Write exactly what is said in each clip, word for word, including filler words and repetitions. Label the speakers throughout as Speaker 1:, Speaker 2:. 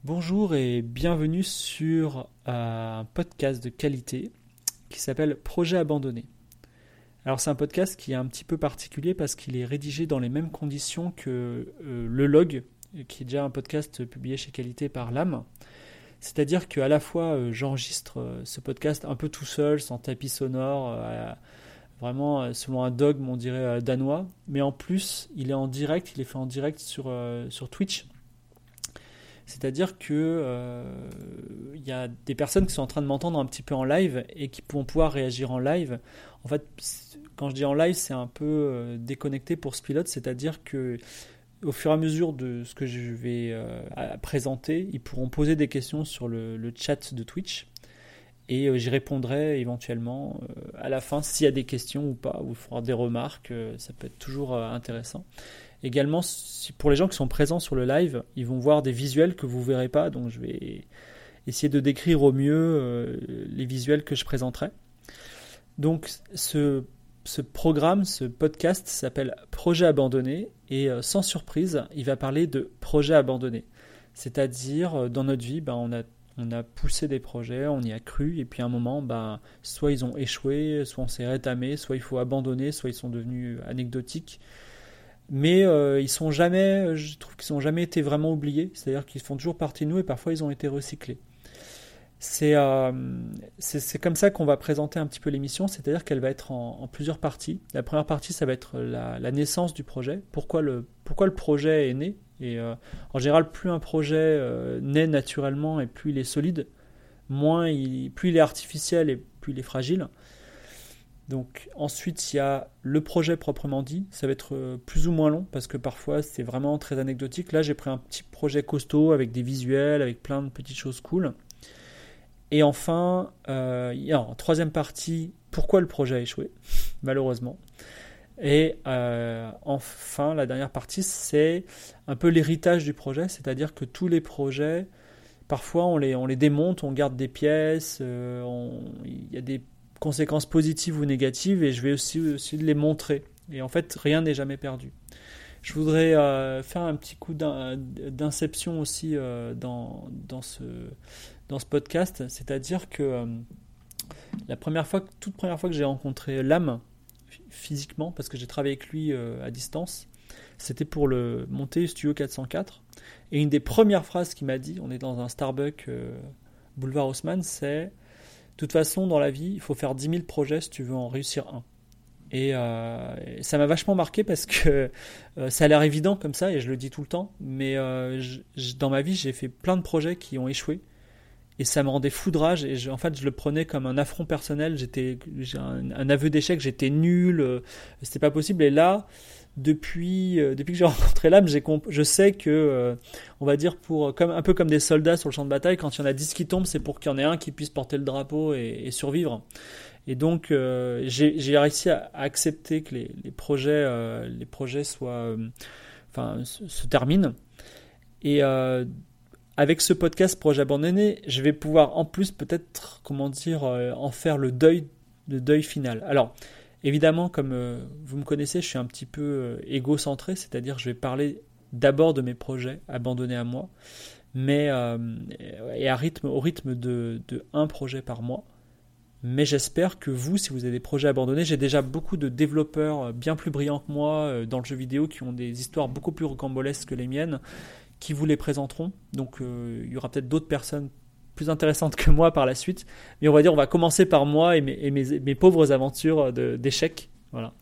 Speaker 1: Bonjour et bienvenue sur euh, un podcast de qualité qui s'appelle Projet abandonné. Alors c'est un podcast qui est un petit peu particulier parce qu'il est rédigé dans les mêmes conditions que euh, Le Log, qui est déjà un podcast publié chez Qualité par Lame. C'est-à-dire qu'à la fois euh, j'enregistre euh, ce podcast un peu tout seul, sans tapis sonore, euh, vraiment euh, selon un dogme on dirait euh, danois, mais en plus il est en direct, il est fait en direct sur, euh, sur Twitch. C'est-à-dire que euh, il y a des personnes qui sont en train de m'entendre un petit peu en live et qui vont pouvoir réagir en live. En fait, quand je dis en live, c'est un peu euh, déconnecté pour ce pilote, c'est-à-dire que au fur et à mesure de ce que je vais euh, présenter, ils pourront poser des questions sur le, le chat de Twitch et euh, j'y répondrai éventuellement euh, à la fin s'il y a des questions ou pas, ou il faudra des remarques, euh, ça peut être toujours euh, intéressant. Également, pour les gens qui sont présents sur le live, ils vont voir des visuels que vous ne verrez pas, donc je vais essayer de décrire au mieux euh, les visuels que je présenterai. Donc ce, ce programme, ce podcast s'appelle Projet abandonné et euh, sans surprise, il va parler de projet abandonné. C'est-à-dire, euh, dans notre vie, ben, on a on a poussé des projets, on y a cru, et puis à un moment, ben, soit ils ont échoué, soit on s'est rétamé, soit il faut abandonner, soit ils sont devenus anecdotiques. Mais euh, ils sont jamais, je trouve qu'ils n'ont jamais été vraiment oubliés, c'est-à-dire qu'ils font toujours partie de nous et parfois ils ont été recyclés. C'est, euh, c'est, c'est comme ça qu'on va présenter un petit peu l'émission, c'est-à-dire qu'elle va être en, en plusieurs parties. La première partie, ça va être la, la naissance du projet, pourquoi le, pourquoi le projet est né. Et euh, en général, plus un projet euh, naît naturellement et plus il est solide, moins il, plus il est artificiel et plus il est fragile. Donc ensuite il y a le projet proprement dit, ça va être plus ou moins long parce que parfois c'est vraiment très anecdotique. Là j'ai pris un petit projet costaud avec des visuels, avec plein de petites choses cool. Et enfin, euh, il y a en troisième partie, pourquoi le projet a échoué, malheureusement. Et euh, enfin la dernière partie c'est un peu l'héritage du projet, c'est-à-dire que tous les projets, parfois on les, on les démonte, on garde des pièces, euh, on, il y a des conséquences positives ou négatives et je vais aussi, aussi les montrer. Et en fait, rien n'est jamais perdu. Je voudrais euh, faire un petit coup d'in, d'inception aussi euh, dans, dans, ce, dans ce podcast, c'est-à-dire que euh, la première fois, toute première fois que j'ai rencontré Lame physiquement, parce que j'ai travaillé avec lui euh, à distance, c'était pour le monter Studio quatre cent quatre. Et une des premières phrases qu'il m'a dit, on est dans un Starbucks euh, boulevard Haussmann, c'est de toute façon, dans la vie, il faut faire dix mille projets si tu veux en réussir un. Et, euh, et ça m'a vachement marqué parce que euh, ça a l'air évident comme ça, et je le dis tout le temps, mais euh, je, je, dans ma vie, j'ai fait plein de projets qui ont échoué, et ça me rendait fou de rage, et je, en fait, je le prenais comme un affront personnel, j'étais, j'ai un, un aveu d'échec, j'étais nul, euh, c'était pas possible, et là, depuis, euh, depuis que j'ai rencontré l'âme, j'ai comp- je sais que, euh, on va dire, pour, comme, un peu comme des soldats sur le champ de bataille, quand il y en a dix qui tombent, c'est pour qu'il y en ait un qui puisse porter le drapeau et, et survivre. Et donc, euh, j'ai, j'ai réussi à, à accepter que les, les projets, euh, les projets soient, euh, enfin, se, se terminent. Et euh, avec ce podcast Projet abandonné, je vais pouvoir en plus peut-être, comment dire, euh, en faire le deuil, le deuil final. Alors, évidemment, comme euh, vous me connaissez, je suis un petit peu euh, égocentré, c'est-à-dire je vais parler d'abord de mes projets abandonnés à moi, mais euh, et à rythme, au rythme de, de un projet par mois. Mais j'espère que vous, si vous avez des projets abandonnés, j'ai déjà beaucoup de développeurs bien plus brillants que moi euh, dans le jeu vidéo qui ont des histoires beaucoup plus rocambolesques que les miennes, qui vous les présenteront. Donc euh, il y aura peut-être d'autres personnes plus intéressantes que moi par la suite. Mais on va dire, on va commencer par moi et mes, et mes, mes pauvres aventures de, d'échecs. Voilà.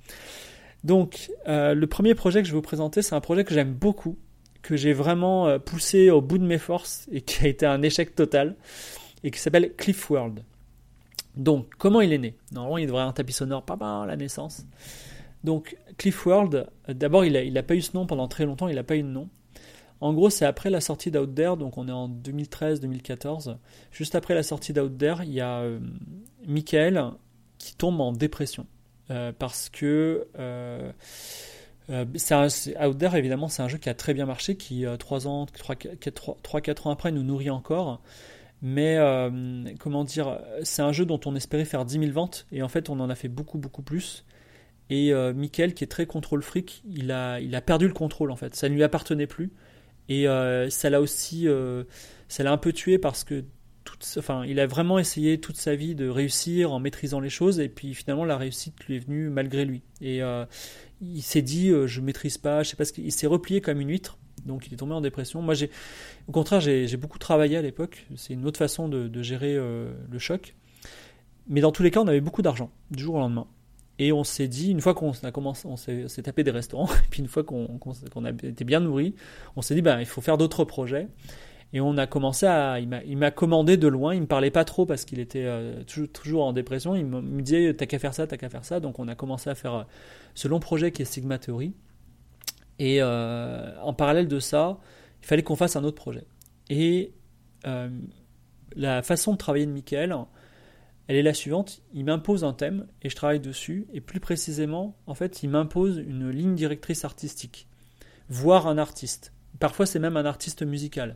Speaker 1: Donc, euh, le premier projet que je vais vous présenter, c'est un projet que j'aime beaucoup, que j'ai vraiment euh, poussé au bout de mes forces et qui a été un échec total, et qui s'appelle Cliff World. Donc, comment il est né ? Normalement, il devrait avoir un tapis sonore, pas mal, la naissance. Donc, Cliff World, euh, d'abord, il n'a il a pas eu ce nom pendant très longtemps, il n'a pas eu de nom. En gros, c'est après la sortie d'Out There, donc on est en deux mille treize deux mille quatorze. Juste après la sortie d'Out There, il y a euh, Michael qui tombe en dépression. Euh, parce que euh, euh, c'est un, c'est, Out There, évidemment, c'est un jeu qui a très bien marché, qui, euh, trois ans, trois quatre ans après, nous nourrit encore. Mais, euh, comment dire, c'est un jeu dont on espérait faire dix mille ventes, et en fait, on en a fait beaucoup, beaucoup plus. Et euh, Michael, qui est très contrôle freak, il a, il a perdu le contrôle, en fait. Ça ne lui appartenait plus. Et euh, ça l'a aussi, euh, ça l'a un peu tué parce que toute, enfin, il a vraiment essayé toute sa vie de réussir en maîtrisant les choses, et puis finalement la réussite lui est venue malgré lui. Et euh, il s'est dit euh, je maîtrise pas, je sais pas ce qu'il s'est replié comme une huître, donc il est tombé en dépression. Moi, j'ai, au contraire, j'ai, j'ai beaucoup travaillé à l'époque. C'est une autre façon de, de gérer euh, le choc. Mais dans tous les cas, on avait beaucoup d'argent du jour au lendemain. Et on s'est dit, une fois qu'on a commencé, on s'est, on s'est tapé des restaurants, et puis une fois qu'on, qu'on, qu'on a été bien nourri, on s'est dit, bah, il faut faire d'autres projets. Et on a commencé à, il m'a, il m'a commandé de loin, il me parlait pas trop parce qu'il était euh, toujours, toujours en dépression. Il me, il me disait, t'as qu'à faire ça, t'as qu'à faire ça. Donc on a commencé à faire euh, ce long projet qui est Sigma Theory. Et euh, en parallèle de ça, il fallait qu'on fasse un autre projet. Et euh, la façon de travailler de Michael, elle est la suivante. Il m'impose un thème et je travaille dessus. Et plus précisément, en fait, il m'impose une ligne directrice artistique, voire un artiste. Parfois, c'est même un artiste musical.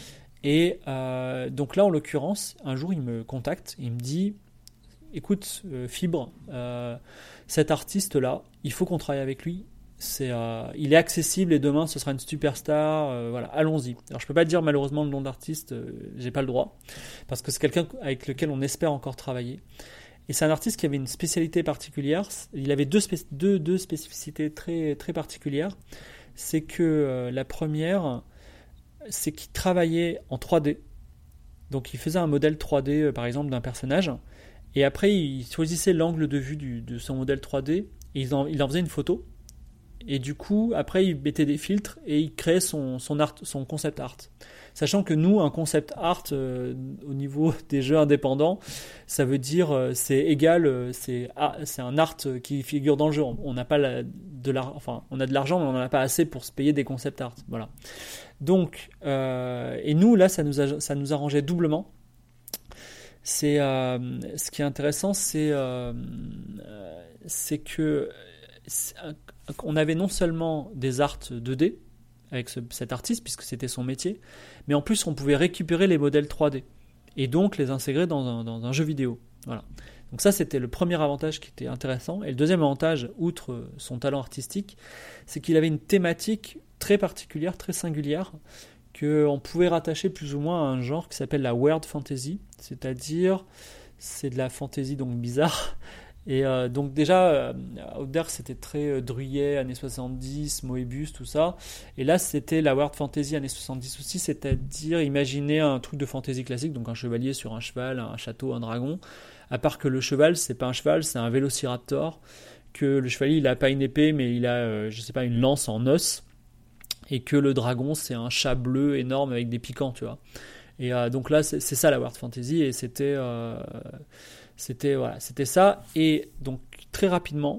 Speaker 1: Et euh, donc là, en l'occurrence, un jour, il me contacte. Il me dit, écoute, euh, Fibre, euh, cet artiste-là, il faut qu'on travaille avec lui. C'est, euh, il est accessible et demain ce sera une superstar. Euh, voilà, allons-y. Alors je peux pas dire malheureusement le nom d'artiste, euh, j'ai pas le droit, parce que c'est quelqu'un avec lequel on espère encore travailler. Et c'est un artiste qui avait une spécialité particulière. Il avait deux, spé- deux, deux spécificités très très particulières. C'est que euh, la première, c'est qu'il travaillait en trois D. Donc il faisait un modèle trois D euh, par exemple d'un personnage, et après il choisissait l'angle de vue du, de son modèle trois D et il en, il en faisait une photo. Et du coup, après, il mettait des filtres et il créait son, son, art, son concept art. Sachant que nous, un concept art, euh, au niveau des jeux indépendants, ça veut dire euh, c'est égal, euh, c'est, ah, c'est un art qui figure dans le jeu. On n'a pas la, de l'art, enfin, on a de l'argent, mais on n'en a pas assez pour se payer des concept art. Voilà. Donc, euh, et nous, là, ça nous, a, ça nous arrangeait doublement. C'est, euh, ce qui est intéressant, c'est, euh, c'est que c'est, on avait non seulement des arts deux D avec ce, cet artiste, puisque c'était son métier, mais en plus on pouvait récupérer les modèles trois D et donc les intégrer dans un, dans un jeu vidéo. Voilà. Donc ça, c'était le premier avantage qui était intéressant. Et le deuxième avantage, outre son talent artistique, c'est qu'il avait une thématique très particulière, très singulière, qu'on pouvait rattacher plus ou moins à un genre qui s'appelle la weird fantasy, c'est-à-dire c'est de la fantasy donc bizarre. Et euh, donc déjà, euh, Out There, c'était très euh, Druyet, années soixante-dix, Moebius, tout ça. Et là, c'était la Weird Fantasy, années soixante-dix aussi, c'est-à-dire imaginer un truc de fantasy classique, donc un chevalier sur un cheval, un château, un dragon. À part que le cheval, c'est pas un cheval, c'est un vélociraptor. Que le chevalier, il a pas une épée, mais il a, euh, je sais pas, une lance en os. Et que le dragon, c'est un chat bleu énorme avec des piquants, tu vois. Et euh, donc là, c'est, c'est ça la Weird Fantasy, et c'était... Euh, C'était, voilà, c'était ça. Et donc, très rapidement,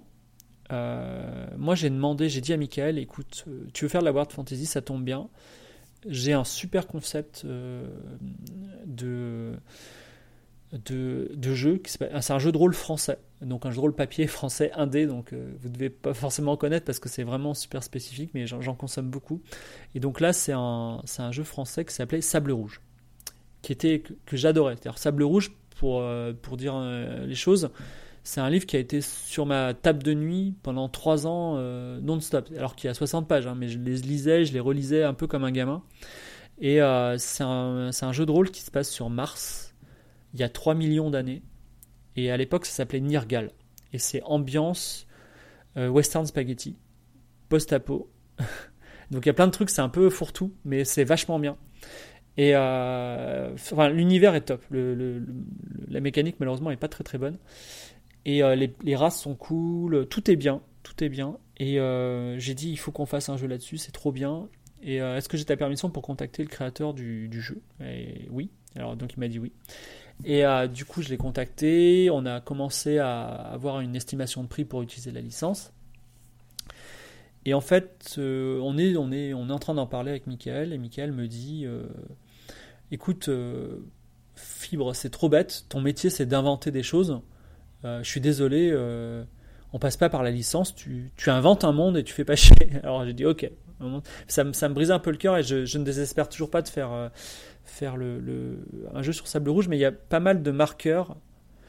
Speaker 1: euh, moi, j'ai demandé, j'ai dit à Michael, écoute, euh, tu veux faire de la Weird Fantasy, ça tombe bien. J'ai un super concept euh, de, de, de jeu. Qui c'est un jeu de rôle français. Donc, un jeu de rôle papier français indé. Donc, euh, vous ne devez pas forcément connaître parce que c'est vraiment super spécifique, mais j'en, j'en consomme beaucoup. Et donc là, c'est un, c'est un jeu français qui s'appelait Sable Rouge, qui était, que, que j'adorais. C'est-à-dire, Sable Rouge, Pour, euh, pour dire euh, les choses, c'est un livre qui a été sur ma table de nuit pendant trois ans euh, non-stop, alors qu'il y a soixante pages, hein, mais je les lisais, je les relisais un peu comme un gamin. Et euh, c'est, un, c'est un jeu de rôle qui se passe sur Mars, il y a trois millions d'années, et à l'époque ça s'appelait Nirgal, et c'est ambiance euh, western spaghetti, post-apo. Donc il y a plein de trucs, c'est un peu fourre-tout, mais c'est vachement bien. Et euh, enfin, l'univers est top. Le, le, le, la mécanique, malheureusement, n'est pas très très bonne. Et euh, les, les races sont cool. Tout est bien. Tout est bien. Et euh, j'ai dit, il faut qu'on fasse un jeu là-dessus. C'est trop bien. Et euh, est-ce que j'ai ta permission pour contacter le créateur du, du jeu ? Et oui. Alors, donc, il m'a dit oui. Et euh, du coup, je l'ai contacté. On a commencé à avoir une estimation de prix pour utiliser la licence. Et en fait, euh, on, est, on, est, on est en train d'en parler avec Michael. Et Michael me dit... Euh, écoute, euh, Fibre, c'est trop bête, ton métier c'est d'inventer des choses, euh, je suis désolé, euh, on passe pas par la licence, tu, tu inventes un monde et tu fais pas chier. Alors j'ai dit ok, ça me, ça me brisait un peu le cœur et je, je ne désespère toujours pas de faire, euh, faire le, le, un jeu sur Sable Rouge, mais il y a pas mal de marqueurs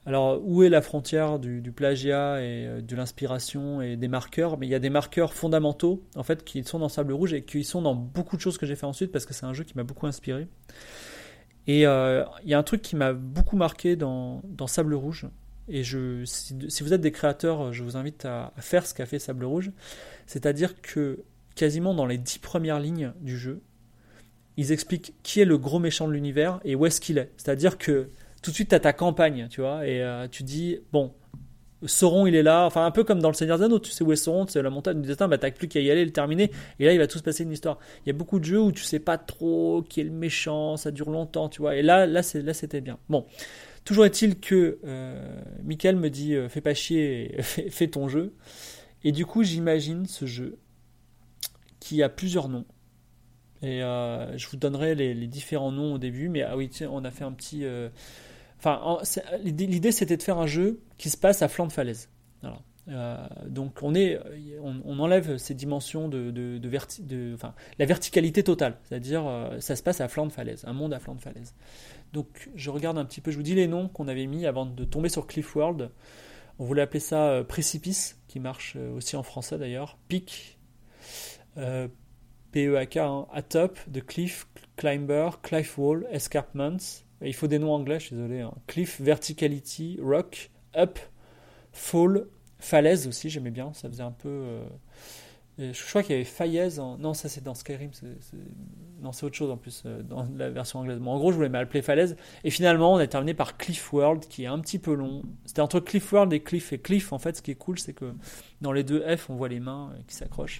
Speaker 1: Alors, où est la frontière du, du plagiat et euh, de l'inspiration et des marqueurs? Mais il y a des marqueurs fondamentaux, en fait, qui sont dans Sable Rouge et qui sont dans beaucoup de choses que j'ai fait ensuite parce que c'est un jeu qui m'a beaucoup inspiré. Et euh, il y a un truc qui m'a beaucoup marqué dans, dans Sable Rouge. Et je, si, si vous êtes des créateurs, je vous invite à, à faire ce qu'a fait Sable Rouge. C'est-à-dire que quasiment dans les dix premières lignes du jeu, ils expliquent qui est le gros méchant de l'univers et où est-ce qu'il est. C'est-à-dire que tout de suite, tu as ta campagne, tu vois, et euh, tu dis, bon, Sauron, il est là, enfin un peu comme dans le Seigneur des Anneaux, tu sais où est Sauron, c'est la montagne du destin, bah t'as plus qu'à y aller, le terminer, et là il va tout se passer une histoire. Il y a beaucoup de jeux où tu sais pas trop qui est le méchant, ça dure longtemps, tu vois, et là, là, c'est, là c'était bien. Bon, toujours est-il que euh, Michael me dit, euh, fais pas chier, fais, fais ton jeu, et du coup j'imagine ce jeu qui a plusieurs noms. Et euh, je vous donnerai les, les différents noms au début, mais ah oui, tiens, on a fait un petit. Euh, Enfin, en, l'idée, l'idée c'était de faire un jeu qui se passe à flanc de falaise. Voilà. Euh, donc on est, on, on enlève ces dimensions de, de, de, verti, de enfin, la verticalité totale, c'est-à-dire euh, ça se passe à flanc de falaise, un monde à flanc de falaise. Donc je regarde un petit peu, je vous dis les noms qu'on avait mis avant de tomber sur Cliff World. On voulait appeler ça euh, Précipice, qui marche aussi en français d'ailleurs. Peak, euh, P E A K, hein, Atop, The Cliff, Climber, Cliff Wall, Escarpments. Il faut des noms anglais, je suis désolé. Hein. Cliff, Verticality, Rock, Up, Fall, Falaise aussi, j'aimais bien. Ça faisait un peu. Euh... Je crois qu'il y avait Falaise. En... Non, ça c'est dans Skyrim. C'est, c'est... Non, c'est autre chose en plus euh, dans la version anglaise. Bon, en gros, je voulais m'appeler Falaise. Et finalement, on a terminé par Cliff World, qui est un petit peu long. C'était entre Cliff World et Cliff. Et Cliff, en fait, ce qui est cool, c'est que dans les deux F, on voit les mains qui s'accrochent.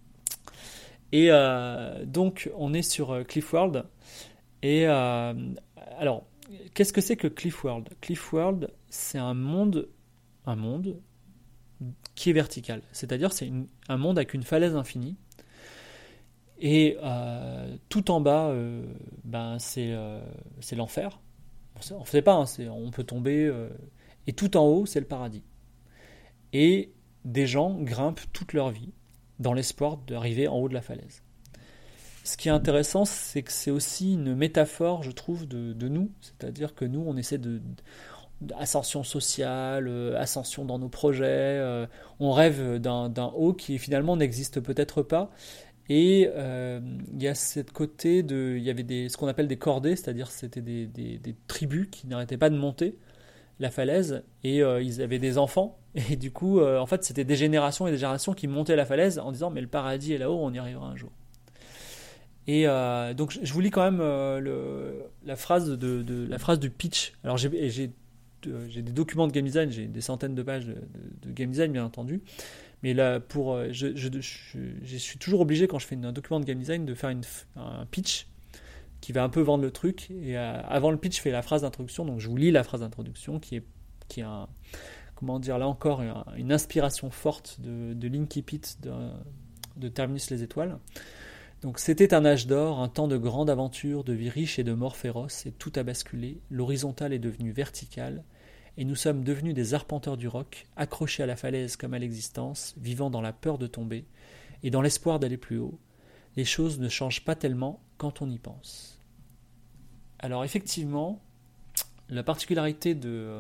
Speaker 1: Et euh, donc, on est sur euh, Cliff World. Et euh, alors, qu'est-ce que c'est que Cliff World? Cliff World, c'est un monde, un monde qui est vertical. C'est-à-dire, c'est une, un monde avec une falaise infinie. Et euh, tout en bas, euh, ben, c'est, euh, c'est l'enfer. On ne sait pas, hein, c'est, on peut tomber. Euh, et tout en haut, c'est le paradis. Et des gens grimpent toute leur vie dans l'espoir d'arriver en haut de la falaise. Ce qui est intéressant, c'est que c'est aussi une métaphore, je trouve, de, de nous. C'est-à-dire que nous, on essaie de, d'ascension sociale, euh, ascension dans nos projets. Euh, on rêve d'un, d'un haut qui finalement n'existe peut-être pas. Et euh, il y a cette côté de, il y avait des, ce qu'on appelle des cordées, c'est-à-dire c'était des, des, des tribus qui n'arrêtaient pas de monter la falaise et euh, ils avaient des enfants. Et du coup, euh, en fait, c'était des générations et des générations qui montaient la falaise en disant mais le paradis est là-haut, on y arrivera un jour. Et euh, donc je vous lis quand même euh, le, la, phrase de, de, la phrase du pitch. Alors j'ai, j'ai, euh, j'ai des documents de game design, j'ai des centaines de pages de, de, de game design bien entendu. Mais là, pour, je, je, je, je suis toujours obligé quand je fais un document de game design de faire une, un pitch qui va un peu vendre le truc. Et euh, avant le pitch, je fais la phrase d'introduction. Donc je vous lis la phrase d'introduction qui est, qui est un, comment dire là encore, une, une inspiration forte de, de Linky Pit de, de Terminus les Étoiles. Donc c'était un âge d'or, un temps de grande aventure, de vie riche et de mort féroce, et tout a basculé, l'horizontale est devenue verticale, et nous sommes devenus des arpenteurs du roc, accrochés à la falaise comme à l'existence, vivant dans la peur de tomber, et dans l'espoir d'aller plus haut. Les choses ne changent pas tellement quand on y pense. Alors effectivement, la particularité de...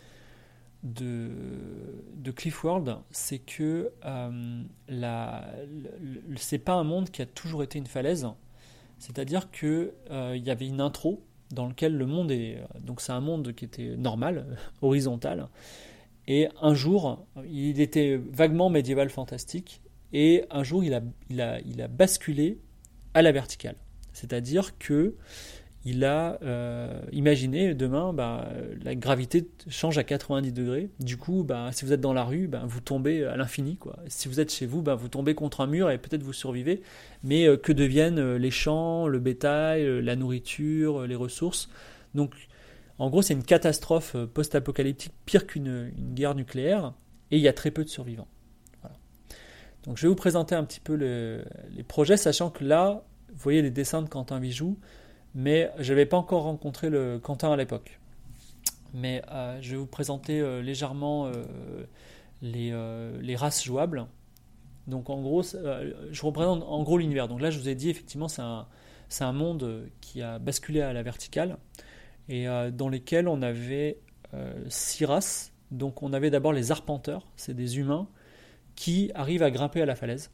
Speaker 1: De, de Cliff World, c'est que euh, la, le, c'est pas un monde qui a toujours été une falaise. C'est-à-dire que euh, il y avait une intro dans lequel le monde est donc c'est un monde qui était normal, horizontal, et un jour il était vaguement médiéval fantastique, et un jour il a il a il a basculé à la verticale. C'est-à-dire que il a euh, imaginé demain, bah, la gravité change à quatre-vingt-dix degrés. Du coup, bah, si vous êtes dans la rue, bah, vous tombez à l'infini, quoi. Si vous êtes chez vous, bah, vous tombez contre un mur et peut-être vous survivez. Mais euh, que deviennent euh, les champs, le bétail, euh, la nourriture, euh, les ressources? Donc, en gros, c'est une catastrophe post-apocalyptique pire qu'une une guerre nucléaire. Et il y a très peu de survivants. Voilà. Donc, je vais vous présenter un petit peu le, les projets, sachant que là, vous voyez les dessins de Quentin Vijoux. Mais je n'avais pas encore rencontré le Quentin à l'époque. Mais euh, je vais vous présenter euh, légèrement euh, les, euh, les races jouables. Donc en gros, euh, je représente en gros l'univers. Donc là, je vous ai dit, effectivement, c'est un, c'est un monde qui a basculé à la verticale et euh, dans lequel on avait euh, six races. Donc on avait d'abord les arpenteurs, c'est des humains qui arrivent à grimper à la falaise.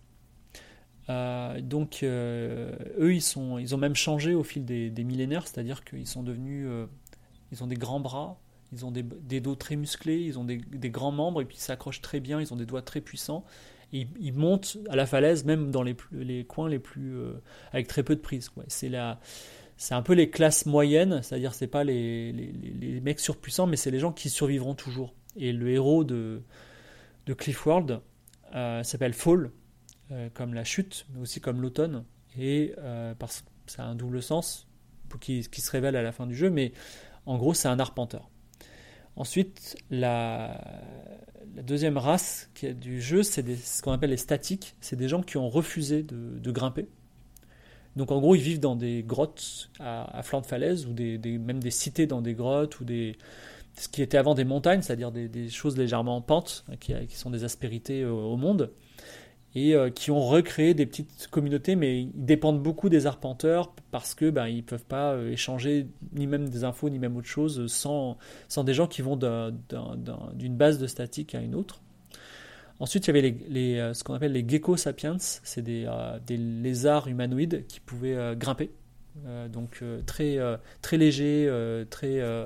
Speaker 1: Euh, donc euh, eux ils, sont, ils ont même changé au fil des, des millénaires, c'est-à-dire qu'ils sont devenus, euh, ils ont des grands bras, ils ont des, des dos très musclés, ils ont des, des grands membres et puis ils s'accrochent très bien, ils ont des doigts très puissants. Et ils, ils montent à la falaise même dans les, les coins les plus euh, avec très peu de prise, quoi. C'est la C'est un peu les classes moyennes, c'est-à-dire c'est pas les, les, les mecs surpuissants, mais c'est les gens qui survivront toujours. Et le héros de, de Cliff World euh, s'appelle Fall, euh, comme la chute, mais aussi comme l'automne. Et euh, parce, ça a un double sens qui, qui se révèle à la fin du jeu, mais en gros c'est un arpenteur. Ensuite, la, la deuxième race qui est du jeu, c'est des, ce qu'on appelle les statiques. C'est des gens qui ont refusé de, de grimper. Donc en gros, ils vivent dans des grottes à, à flanc de falaise, ou des, des, même des cités dans des grottes, ou des, ce qui était avant des montagnes, c'est-à-dire des, des choses légèrement en pente, qui, qui sont des aspérités au, au monde, et euh, qui ont recréé des petites communautés, mais ils dépendent beaucoup des arpenteurs, parce que ben, ils ne peuvent pas euh, échanger ni même des infos, ni même autre chose, sans, sans des gens qui vont d'un, d'un, d'un, d'une base de statique à une autre. Ensuite, il y avait les, les, ce qu'on appelle les gecko sapiens, c'est des, euh, des lézards humanoïdes qui pouvaient euh, grimper, euh, donc euh, très, euh, très légers, euh, très, euh,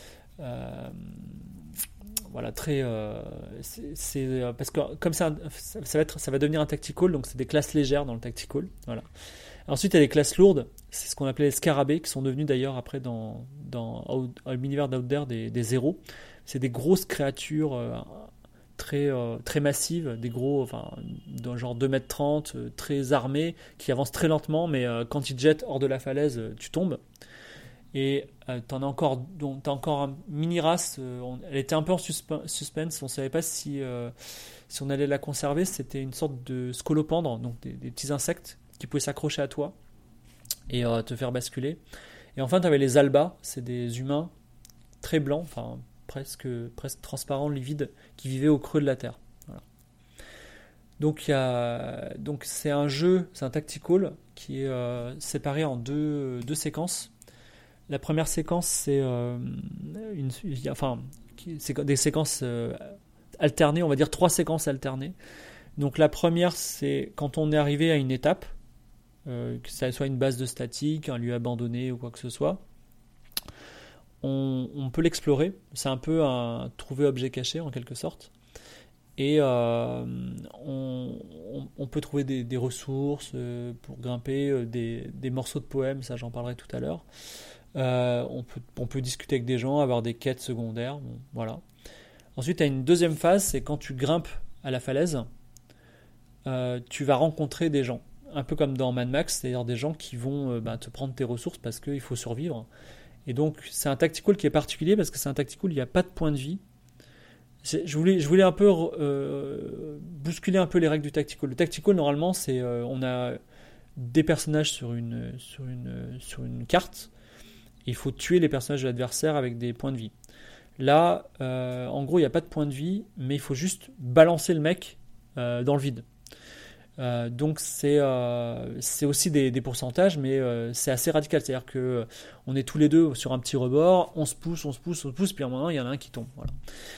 Speaker 1: euh, voilà, très, euh, c'est, c'est parce que comme ça, ça va être, ça va devenir un tactical, donc c'est des classes légères dans le tactical, voilà. Ensuite, il y a les classes lourdes, c'est ce qu'on appelait les scarabées, qui sont devenus d'ailleurs après dans, dans, dans l'univers d'Out There des, des zéros. C'est des grosses créatures. Euh, très, euh, très massives, des gros, enfin, dans genre deux mètres trente, euh, très armés, qui avancent très lentement, mais euh, quand ils te jettent hors de la falaise, euh, tu tombes. Et euh, t'en as encore, donc, t'as encore un mini-race, euh, on, elle était un peu en suspe- suspense, on ne savait pas si, euh, si on allait la conserver, c'était une sorte de scolopendre, donc des, des petits insectes qui pouvaient s'accrocher à toi et euh, te faire basculer. Et enfin, tu avais les albas, c'est des humains très blancs, enfin, presque, presque transparent, livide, qui vivait au creux de la terre. Voilà. Donc, y a, donc c'est un jeu, c'est un tactical qui est euh, séparé en deux, deux séquences. La première séquence, c'est, euh, une, enfin, c'est des séquences euh, alternées, on va dire trois séquences alternées. Donc la première, c'est quand on est arrivé à une étape, euh, que ça soit une base de statique, un lieu abandonné ou quoi que ce soit. On, on peut l'explorer, c'est un peu un trouver objet caché en quelque sorte, et euh, on, on, on peut trouver des, des ressources euh, pour grimper, euh, des, des morceaux de poèmes, ça j'en parlerai tout à l'heure. Euh, on, peut, on peut discuter avec des gens, avoir des quêtes secondaires, bon, voilà. Ensuite, tu as une deuxième phase, c'est quand tu grimpes à la falaise, euh, tu vas rencontrer des gens, un peu comme dans Mad Max, c'est-à-dire des gens qui vont euh, bah, te prendre tes ressources parce qu'il faut survivre. Et donc, c'est un tactical qui est particulier parce que c'est un tactical où il n'y a pas de point de vie. C'est, je, voulais, je voulais un peu euh, bousculer un peu les règles du tactical. Le tactical, normalement, c'est euh, on a des personnages sur une, sur une, sur une carte. Et il faut tuer les personnages de l'adversaire avec des points de vie. Là, euh, en gros, il n'y a pas de point de vie, mais il faut juste balancer le mec euh, dans le vide. Euh, donc c'est, euh, c'est aussi des, des pourcentages, mais euh, c'est assez radical. C'est-à-dire que euh, on est tous les deux sur un petit rebord, on se pousse, on se pousse, on se pousse, puis à un moment il y en a un qui tombe. Voilà.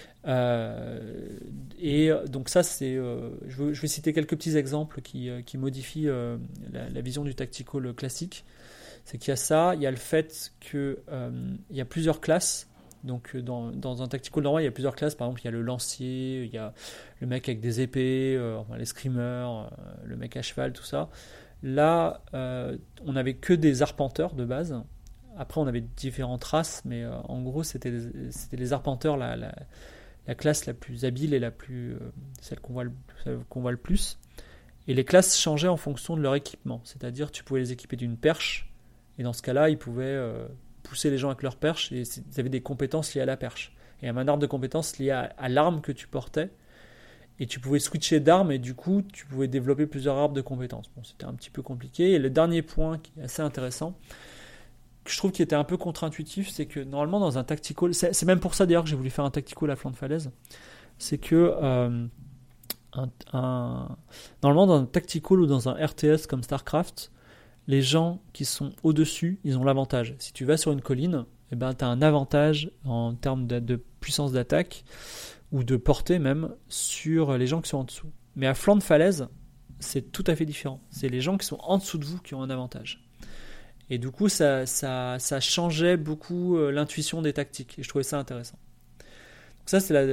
Speaker 1: Euh, et donc ça, c'est, euh, je, veux, je vais citer quelques petits exemples qui, euh, qui modifient euh, la, la vision du tactical classique. C'est qu'il y a ça, il y a le fait qu'il euh, y a plusieurs classes. Donc dans, dans un tactical normal, il y a plusieurs classes. Par exemple, il y a le lancier, il y a le mec avec des épées, euh, enfin, les screamers, euh, le mec à cheval, tout ça. Là, euh, on n'avait que des arpenteurs de base. Après, on avait différentes races, mais euh, en gros, c'était, c'était les arpenteurs, la, la, la classe la plus habile et la plus, euh, celle qu'on voit, le, celle qu'on voit le plus. Et les classes changeaient en fonction de leur équipement. C'est-à-dire, tu pouvais les équiper d'une perche, et dans ce cas-là, ils pouvaient... Euh, pousser les gens avec leur perche, et ils avaient des compétences liées à la perche. Et un arbre de compétences liées à, à l'arme que tu portais, et tu pouvais switcher d'arme, et du coup, tu pouvais développer plusieurs arbres de compétences. Bon, c'était un petit peu compliqué. Et le dernier point qui est assez intéressant, que je trouve qui était un peu contre-intuitif, c'est que normalement, dans un tactical, c'est, c'est même pour ça d'ailleurs que j'ai voulu faire un tactical à flanc de falaise, c'est que euh, un, un, normalement, dans un tactical ou dans un R T S comme StarCraft, les gens qui sont au-dessus, ils ont l'avantage. Si tu vas sur une colline, eh ben, tu as un avantage en termes de, de puissance d'attaque ou de portée même sur les gens qui sont en dessous. Mais à flanc de falaise, c'est tout à fait différent. C'est les gens qui sont en dessous de vous qui ont un avantage. Et du coup, ça, ça, ça changeait beaucoup l'intuition des tactiques. Et je trouvais ça intéressant. Donc ça, c'est la,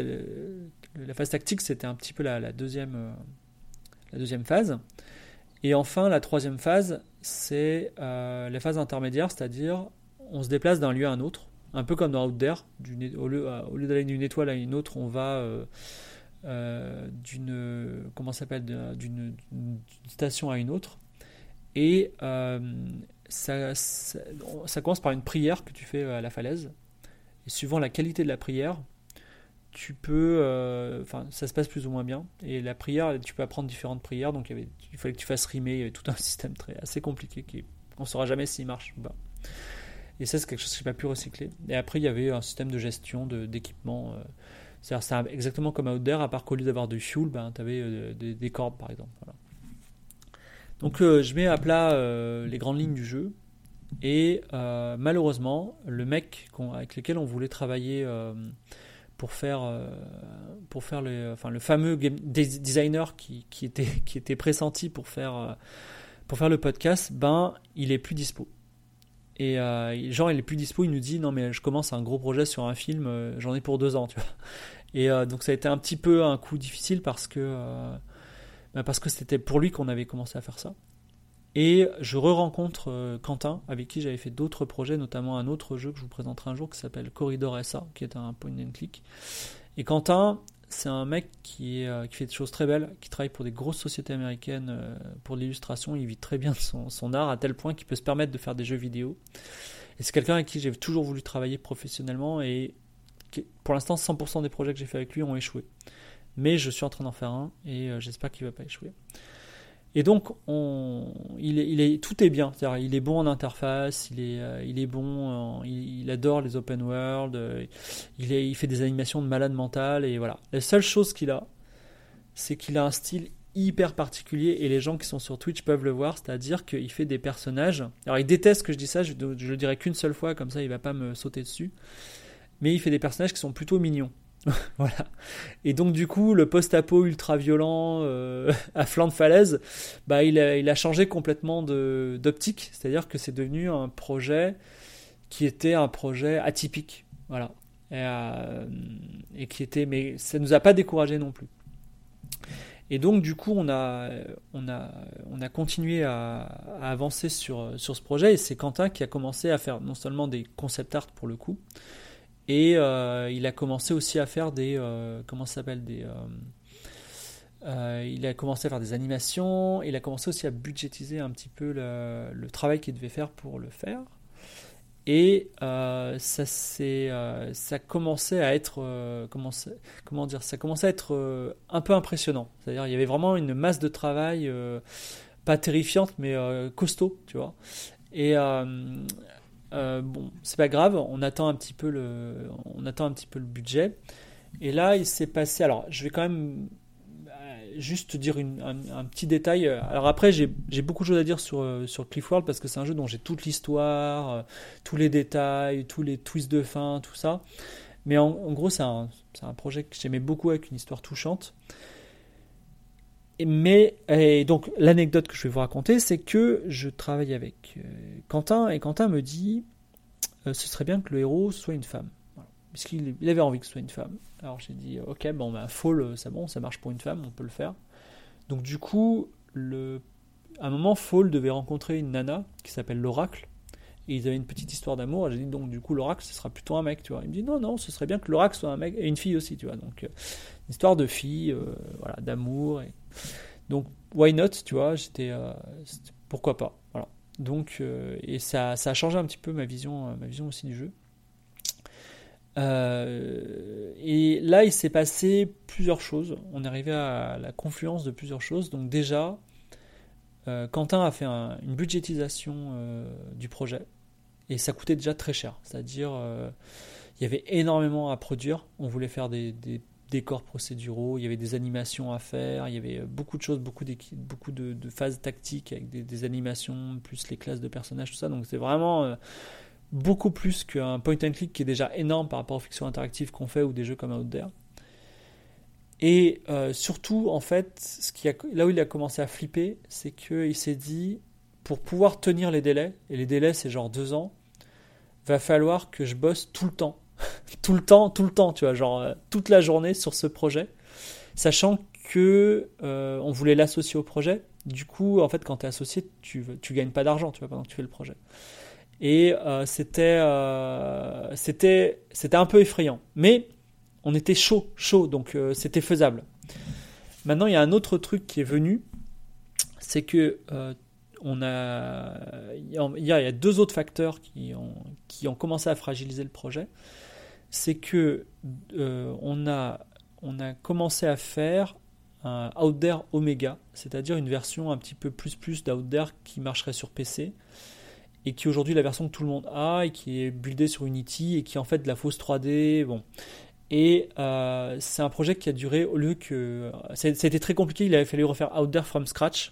Speaker 1: la phase tactique, c'était un petit peu la, la, deuxième, la deuxième phase. Et enfin, la troisième phase, c'est euh, la phase intermédiaire, c'est-à-dire on se déplace d'un lieu à un autre, un peu comme dans Outdare. Du, au lieu, au lieu d'aller d'une étoile à une autre, on va euh, euh, d'une, comment ça s'appelle, d'une, d'une station à une autre. Et euh, ça, ça, ça commence par une prière que tu fais à la falaise. Et suivant la qualité de la prière, tu peux, euh, enfin, ça se passe plus ou moins bien. Et la prière, tu peux apprendre différentes prières. Donc, il, y avait, il fallait que tu fasses rimer. Il y avait tout un système très, assez compliqué qui, on ne saura jamais s'il marche ou pas. Et ça, c'est quelque chose que je n'ai pas pu recycler. Et après, il y avait un système de gestion de, d'équipement. Euh, c'est-à-dire, c'est exactement comme Outdare, à part qu'au lieu d'avoir du fuel, ben, tu avais euh, des, des cordes, par exemple. Voilà. Donc, euh, je mets à plat euh, les grandes lignes du jeu. Et euh, malheureusement, le mec avec lequel on voulait travailler euh, pour faire, euh, pour faire le, enfin, le fameux game designer qui, qui, était, qui était pressenti pour faire, euh, pour faire le podcast, ben, il est plus dispo. Et euh, genre, il est plus dispo, il nous dit non, mais je commence un gros projet sur un film, euh, j'en ai pour deux ans, tu vois. Et euh, donc, ça a été un petit peu un coup difficile parce que, euh, ben parce que c'était pour lui qu'on avait commencé à faire ça. Et je re-rencontre euh, Quentin, avec qui j'avais fait d'autres projets, notamment un autre jeu que je vous présenterai un jour qui s'appelle Corridor S A, qui est un point and click. Et Quentin, c'est un mec qui, est, euh, qui fait des choses très belles, qui travaille pour des grosses sociétés américaines euh, pour l'illustration. Il vit très bien de son, son art, à tel point qu'il peut se permettre de faire des jeux vidéo. Et c'est quelqu'un avec qui j'ai toujours voulu travailler professionnellement, et qui, pour l'instant, cent pour cent des projets que j'ai fait avec lui ont échoué. Mais je suis en train d'en faire un, et euh, j'espère qu'il ne va pas échouer. Et donc, on, il est, il est, tout est bien. C'est-à-dire, il est bon en interface, il est, euh, il est bon, en, il, il adore les open world, euh, il, est, il fait des animations de malade mental, et voilà. La seule chose qu'il a, c'est qu'il a un style hyper particulier, et les gens qui sont sur Twitch peuvent le voir, c'est-à-dire qu'il fait des personnages. Alors, il déteste que je dise ça, je, je le dirai qu'une seule fois, comme ça il va pas me sauter dessus. Mais il fait des personnages qui sont plutôt mignons. Voilà. Et donc du coup, le post-apo ultra violent euh, à flanc de falaise, bah il a, il a changé complètement de, d'optique. C'est-à-dire que c'est devenu un projet qui était un projet atypique, voilà. Et, euh, et qui était, mais ça nous a pas découragé non plus. Et donc du coup, on a, on a, on a continué à, à avancer sur sur ce projet. Et c'est Quentin qui a commencé à faire non seulement des concept art pour le coup. Et euh, il a commencé aussi à faire des euh, comment ça s'appelle des euh, euh, il a commencé à faire des animations. Il a commencé aussi à budgétiser un petit peu le, le travail qu'il devait faire pour le faire. Et euh, ça c'est euh, ça commençait à être euh, comment, comment dire ça commençait à être euh, un peu impressionnant. C'est-à-dire il y avait vraiment une masse de travail euh, pas terrifiante mais euh, costaud, tu vois. Et euh, Euh, bon, c'est pas grave, on attend un petit peu le, on attend un petit peu le budget. Et là, il s'est passé. Alors, je vais quand même euh, juste dire une, un, un petit détail. Alors après, j'ai, j'ai beaucoup de choses à dire sur sur Cliffworld parce que c'est un jeu dont j'ai toute l'histoire, euh, tous les détails, tous les twists de fin, tout ça. Mais en, en gros, c'est un, c'est un projet que j'aimais beaucoup avec une histoire touchante. Mais et donc l'anecdote que je vais vous raconter, c'est que je travaille avec euh, Quentin et Quentin me dit euh, ce serait bien que le héros soit une femme, voilà. Puisqu'il il avait envie que ce soit une femme. Alors j'ai dit ok bon bah Fall c'est bon, ça marche pour une femme, on peut le faire. Donc du coup le à un moment Fall devait rencontrer une nana qui s'appelle l'Oracle et ils avaient une petite histoire d'amour. Et j'ai dit donc du coup l'Oracle ce sera plutôt un mec, tu vois. Il me dit non non ce serait bien que l'Oracle soit un mec et une fille aussi, tu vois. Donc euh, une histoire de fille, euh, voilà, d'amour. Et... Donc why not, tu vois. J'étais, euh, pourquoi pas, voilà. Donc euh, et ça ça a changé un petit peu ma vision, ma vision aussi du jeu. Euh, et là il s'est passé plusieurs choses. On est arrivé à la confluence de plusieurs choses. Donc déjà euh, Quentin a fait un, une budgétisation euh, du projet. Et ça coûtait déjà très cher, c'est-à-dire euh, il y avait énormément à produire. On voulait faire des, des décors procéduraux, il y avait des animations à faire, il y avait beaucoup de choses, beaucoup, beaucoup de, de phases tactiques avec des, des animations, plus les classes de personnages, tout ça. Donc c'est vraiment euh, beaucoup plus qu'un point and click qui est déjà énorme par rapport aux fictions interactives qu'on fait ou des jeux comme Out There. Et euh, surtout, en fait, ce qui a, là où il a commencé à flipper, c'est qu'il s'est dit, pour pouvoir tenir les délais, et les délais c'est genre deux ans, va falloir que je bosse tout le temps. tout le temps, tout le temps, tu vois, genre euh, toute la journée sur ce projet, sachant que euh, on voulait l'associer au projet. Du coup, en fait, quand tu es associé, tu tu gagnes pas d'argent, tu vois, pendant que tu fais le projet. Et euh, c'était, euh, c'était, c'était un peu effrayant. Mais on était chaud, chaud, donc euh, c'était faisable. Maintenant, il y a un autre truc qui est venu, c'est que euh, on a, il y a, il y a deux autres facteurs qui ont, qui ont commencé à fragiliser le projet. C'est que euh, on a, on a commencé à faire un Out There Omega, c'est-à-dire une version un petit peu plus plus d'Out There qui marcherait sur P C. Et qui est aujourd'hui la version que tout le monde a et qui est buildée sur Unity et qui est en fait de la fausse trois D. Bon. Et euh, c'est un projet qui a duré au lieu que. C'était très compliqué, il avait fallu refaire Out There from scratch.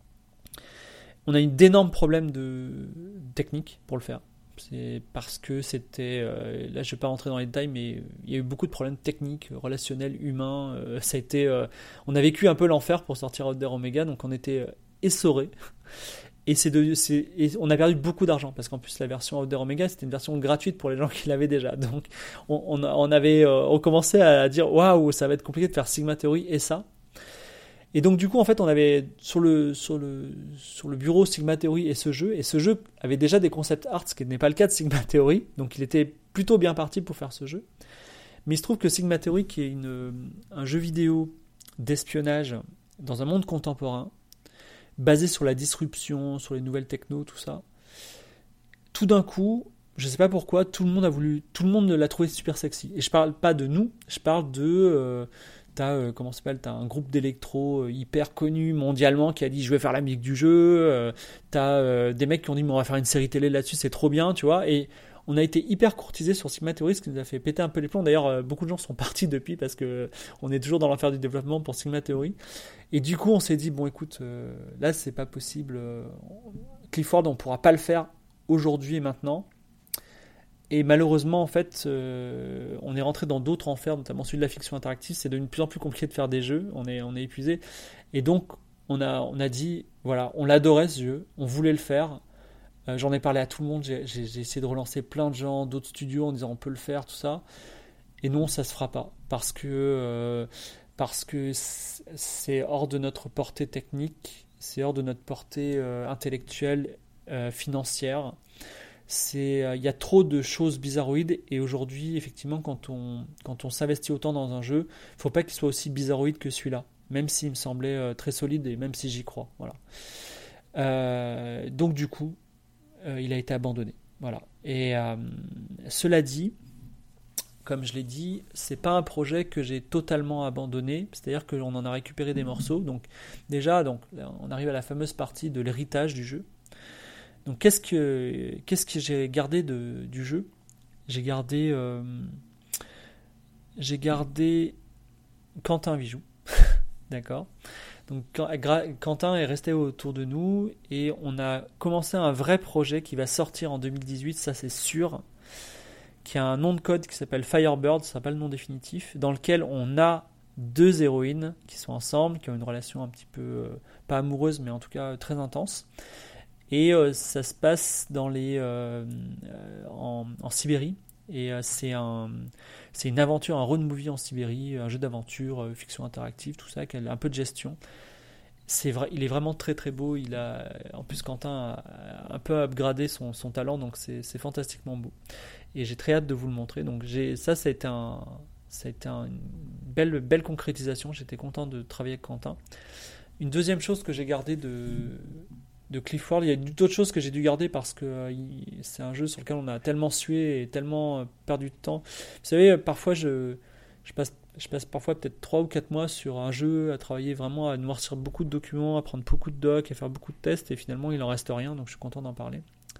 Speaker 1: On a eu d'énormes problèmes de technique pour le faire. C'est parce que c'était. Euh, là, je ne vais pas rentrer dans les détails, mais il y a eu beaucoup de problèmes techniques, relationnels, humains. Euh, ça a été, euh, on a vécu un peu l'enfer pour sortir Out There Omega, donc on était euh, essorés. Et, c'est de, c'est, et on a perdu beaucoup d'argent parce qu'en plus la version Out There Omega c'était une version gratuite pour les gens qui l'avaient déjà. Donc on, on, on avait euh, on commençait à dire waouh, ça va être compliqué de faire Sigma Theory et ça. Et donc du coup en fait on avait sur le sur le sur le bureau Sigma Theory et ce jeu et ce jeu avait déjà des concept arts, ce qui n'est pas le cas de Sigma Theory. Donc il était plutôt bien parti pour faire ce jeu. Mais il se trouve que Sigma Theory, qui est une, un jeu vidéo d'espionnage dans un monde contemporain, basé sur la disruption, sur les nouvelles techno, tout ça. Tout d'un coup, je sais pas pourquoi, tout le monde a voulu, tout le monde l'a trouvé super sexy. Et je parle pas de nous, je parle de, euh, t'as euh, comment ça s'appelle, t'as un groupe d'électro euh, hyper connu mondialement qui a dit je vais faire la musique du jeu. Euh, t'as euh, des mecs qui ont dit mais on va faire une série télé là-dessus, c'est trop bien, tu vois. Et on a été hyper courtisé sur Sigma Theory, ce qui nous a fait péter un peu les plombs. D'ailleurs, euh, beaucoup de gens sont partis depuis parce que on est toujours dans l'enfer du développement pour Sigma Theory. Et du coup, on s'est dit bon, écoute, euh, là, c'est pas possible. Euh, Clifford, on pourra pas le faire aujourd'hui et maintenant. Et malheureusement, en fait, euh, on est rentré dans d'autres enfers, notamment celui de la fiction interactive. C'est devenu de plus en plus compliqué de faire des jeux. On est, on est épuisé. Et donc, on a, on a dit, voilà, on l'adorait ce jeu, on voulait le faire. Euh, j'en ai parlé à tout le monde, j'ai, j'ai, j'ai essayé de relancer plein de gens, d'autres studios en disant on peut le faire, tout ça. Et non, ça se fera pas. Parce que, euh, parce que c'est hors de notre portée technique, c'est hors de notre portée euh, intellectuelle, euh, financière. C'est, il euh, y a trop de choses bizarroïdes et aujourd'hui, effectivement, quand on, quand on s'investit autant dans un jeu, il ne faut pas qu'il soit aussi bizarroïde que celui-là, même s'il me semblait euh, très solide et même si j'y crois. Voilà. Euh, donc du coup, euh, il a été abandonné. Voilà. Et euh, cela dit, comme je l'ai dit, c'est pas un projet que j'ai totalement abandonné, c'est-à-dire qu'on en a récupéré des morceaux. Donc déjà, donc, on arrive à la fameuse partie de l'héritage du jeu. Donc qu'est-ce que, qu'est-ce que j'ai gardé de, du jeu ? J'ai gardé, euh, j'ai gardé Quentin Vijoux, d'accord ? Donc Quentin est resté autour de nous et on a commencé un vrai projet qui va sortir en deux mille dix-huit, ça c'est sûr, qui a un nom de code qui s'appelle Firebird, ça n'a pas le nom définitif, dans lequel on a deux héroïnes qui sont ensemble, qui ont une relation un petit peu, euh, pas amoureuse, mais en tout cas très intense. Et euh, ça se passe dans les, euh, en, en Sibérie. Et euh, c'est, un, c'est une aventure, un road movie en Sibérie, un jeu d'aventure, euh, fiction interactive, tout ça, qui a un peu de gestion. C'est vrai, il est vraiment très très beau. Il a, en plus, Quentin a un peu upgradé son, son talent, donc c'est, c'est fantastiquement beau. Et j'ai très hâte de vous le montrer. Donc j'ai, ça, ça a été, un, ça a été un, une belle, belle concrétisation. J'étais content de travailler avec Quentin. Une deuxième chose que j'ai gardée de... de Clifford, il y a d'autres choses que j'ai dû garder parce que euh, il, c'est un jeu sur lequel on a tellement sué et tellement euh, perdu de temps. Vous savez, parfois je, je, passe, je passe parfois peut-être trois ou quatre mois sur un jeu à travailler vraiment, à noircir beaucoup de documents, à prendre beaucoup de docs, à faire beaucoup de tests et finalement il en reste rien, donc je suis content d'en parler.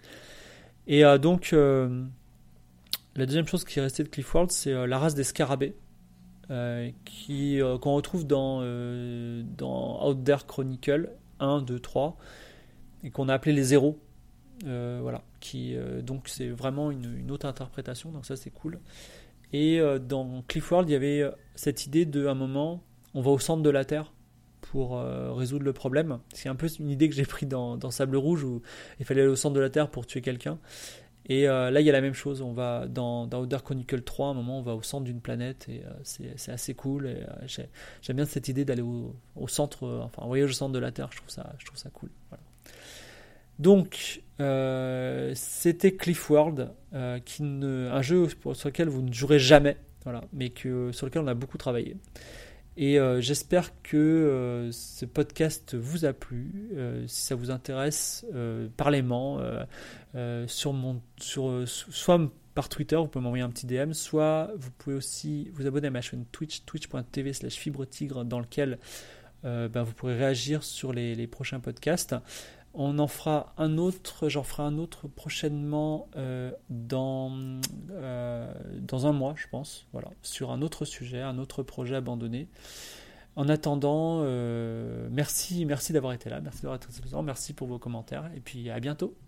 Speaker 1: Et euh, donc euh, la deuxième chose qui est restée de Clifford, c'est euh, la race des scarabées. Euh, qui, euh, qu'on retrouve dans, euh, dans Out There Chronicle un, deux, trois et qu'on a appelé les zéros, euh, voilà, qui, euh, donc c'est vraiment une, une autre interprétation, donc ça c'est cool. Et euh, dans Cliffworld, il y avait cette idée de, à un moment, on va au centre de la Terre pour euh, résoudre le problème. C'est un peu une idée que j'ai prise dans, dans Sable Rouge, où il fallait aller au centre de la Terre pour tuer quelqu'un. Et euh, là, il y a la même chose. On va dans, dans Outer Chronicle trois, à un moment, on va au centre d'une planète et euh, c'est, c'est assez cool. Et, euh, j'ai, j'aime bien cette idée d'aller au, au centre, euh, enfin, un voyage au centre de la Terre. Je trouve ça, je trouve ça cool. Voilà. Donc, euh, c'était Cliffworld, euh, qui ne, un jeu pour, sur lequel vous ne jouerez jamais, voilà, mais que, sur lequel on a beaucoup travaillé. Et euh, j'espère que euh, ce podcast vous a plu. Euh, si ça vous intéresse, euh, parlez-moi euh, euh, sur mon, sur, euh, soit par Twitter, vous pouvez m'envoyer un petit D M, soit vous pouvez aussi vous abonner à ma chaîne Twitch, twitch.tv slash fibretigre, dans lequel euh, ben, vous pourrez réagir sur les, les prochains podcasts. On en fera un autre, j'en ferai un autre prochainement euh, dans, euh, dans un mois, je pense, voilà, sur un autre sujet, un autre projet abandonné. En attendant, euh, merci, merci d'avoir été là, merci d'avoir été présent, merci pour vos commentaires, et puis à bientôt.